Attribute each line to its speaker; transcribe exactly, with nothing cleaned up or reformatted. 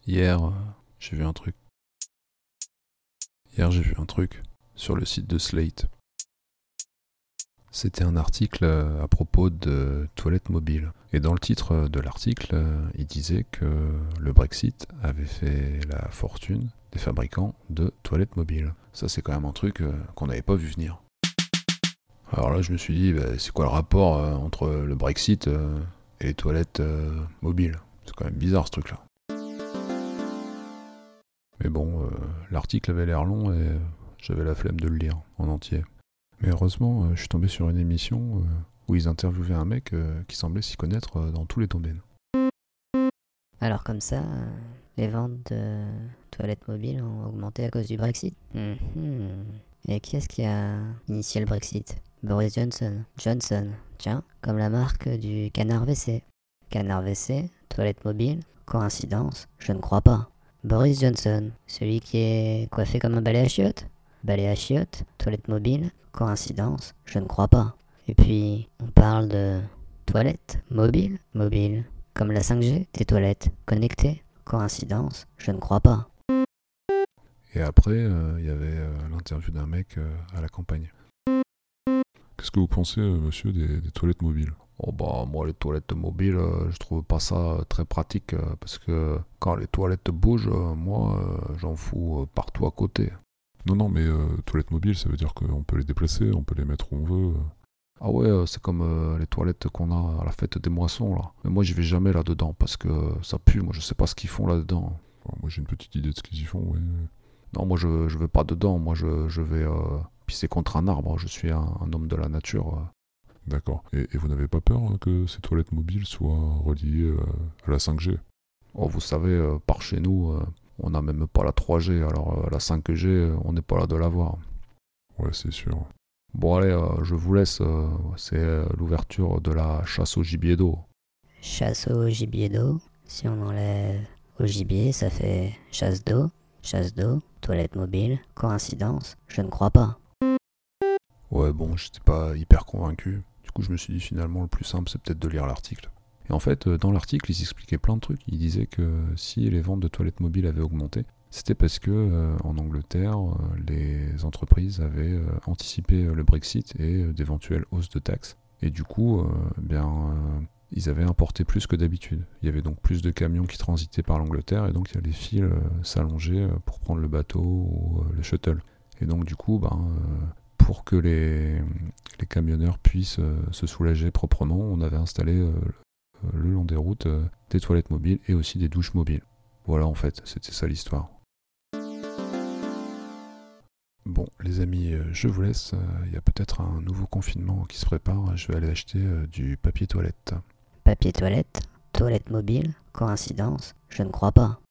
Speaker 1: Hier, euh, j'ai vu un truc. Hier, j'ai vu un truc sur le site de Slate. C'était un article euh, à propos de toilettes mobiles. Et dans le titre de l'article, euh, il disait que le Brexit avait fait la fortune des fabricants de toilettes mobiles. Ça, c'est quand même un truc euh, qu'on n'avait pas vu venir. Alors là, je me suis dit, bah, c'est quoi le rapport euh, entre le Brexit euh, et les toilettes euh, mobiles? C'est quand même bizarre ce truc-là. Mais bon, euh, l'article avait l'air long et euh, j'avais la flemme de le lire en entier. Mais heureusement, euh, je suis tombé sur une émission euh, où ils interviewaient un mec euh, qui semblait s'y connaître euh, dans tous les domaines.
Speaker 2: Alors comme ça, euh, les ventes de toilettes mobiles ont augmenté à cause du Brexit. Mhm. Et qui est-ce qui a initié le Brexit? Boris Johnson. Johnson, tiens, comme la marque du canard W C. Canard W C, toilette mobile, coïncidence? Je ne crois pas. Boris Johnson, celui qui est coiffé comme un balai à chiottes? Balai à chiottes, toilette mobile, coïncidence? Je ne crois pas. Et puis, on parle de toilette mobile, mobile. Comme la cinq G, des toilettes connectées. Coïncidence? Je ne crois pas.
Speaker 1: Et après, il euh, y avait euh, l'interview d'un mec euh, à la campagne.
Speaker 3: Qu'est-ce que vous pensez, euh, monsieur, des, des toilettes mobiles?
Speaker 1: Oh bah moi les toilettes mobiles, euh, je trouve pas ça euh, très pratique euh, parce que quand les toilettes bougent, euh, moi euh, j'en fous euh, partout à côté.
Speaker 3: Non, non, mais euh, toilettes mobiles, ça veut dire qu'on peut les déplacer, on peut les mettre où on veut. euh.
Speaker 1: Ah ouais, euh, c'est comme euh, les toilettes qu'on a à la fête des moissons là. Mais moi j'y vais jamais là-dedans parce que euh, ça pue, moi je sais pas ce qu'ils font là-dedans.
Speaker 3: Enfin, moi, j'ai une petite idée de ce qu'ils y font, ouais.
Speaker 1: Non, moi je, je vais pas dedans, moi je, je vais euh, pisser contre un arbre, je suis un, un homme de la nature. euh.
Speaker 3: D'accord. Et, et vous n'avez pas peur euh, que ces toilettes mobiles soient reliées euh, à la cinq G?
Speaker 1: Oh, vous savez, euh, par chez nous, euh, on n'a même pas la trois G, alors euh, la cinq G, euh, on n'est pas là de l'avoir.
Speaker 3: Ouais, c'est sûr.
Speaker 1: Bon allez, euh, je vous laisse, euh, c'est euh, l'ouverture de la chasse au gibier d'eau.
Speaker 2: Chasse au gibier d'eau. Si on enlève au gibier, ça fait chasse d'eau. Chasse d'eau, toilette mobile, coïncidence? Je ne crois pas.
Speaker 1: Ouais bon, j'étais pas hyper convaincu, du coup je me suis dit finalement le plus simple c'est peut-être de lire l'article. Et en fait, euh, dans l'article, ils expliquaient plein de trucs, ils disaient que si les ventes de toilettes mobiles avaient augmenté, c'était parce que euh, en Angleterre, euh, les entreprises avaient euh, anticipé euh, le Brexit et euh, d'éventuelles hausses de taxes. Et du coup, euh, bien, euh, ils avaient importé plus que d'habitude. Il y avait donc plus de camions qui transitaient par l'Angleterre et donc les files euh, s'allongeaient euh, pour prendre le bateau ou euh, le shuttle. Et donc du coup, ben, euh, pour que les, les camionneurs puissent euh, se soulager proprement, on avait installé euh, le long des routes euh, des toilettes mobiles et aussi des douches mobiles. Voilà en fait, c'était ça l'histoire. Bon, les amis, euh, je vous laisse. Il y a peut-être un nouveau confinement qui se prépare. Je vais aller acheter euh, du papier toilette.
Speaker 2: Papier toilette, toilette mobile, coïncidence? Je ne crois pas.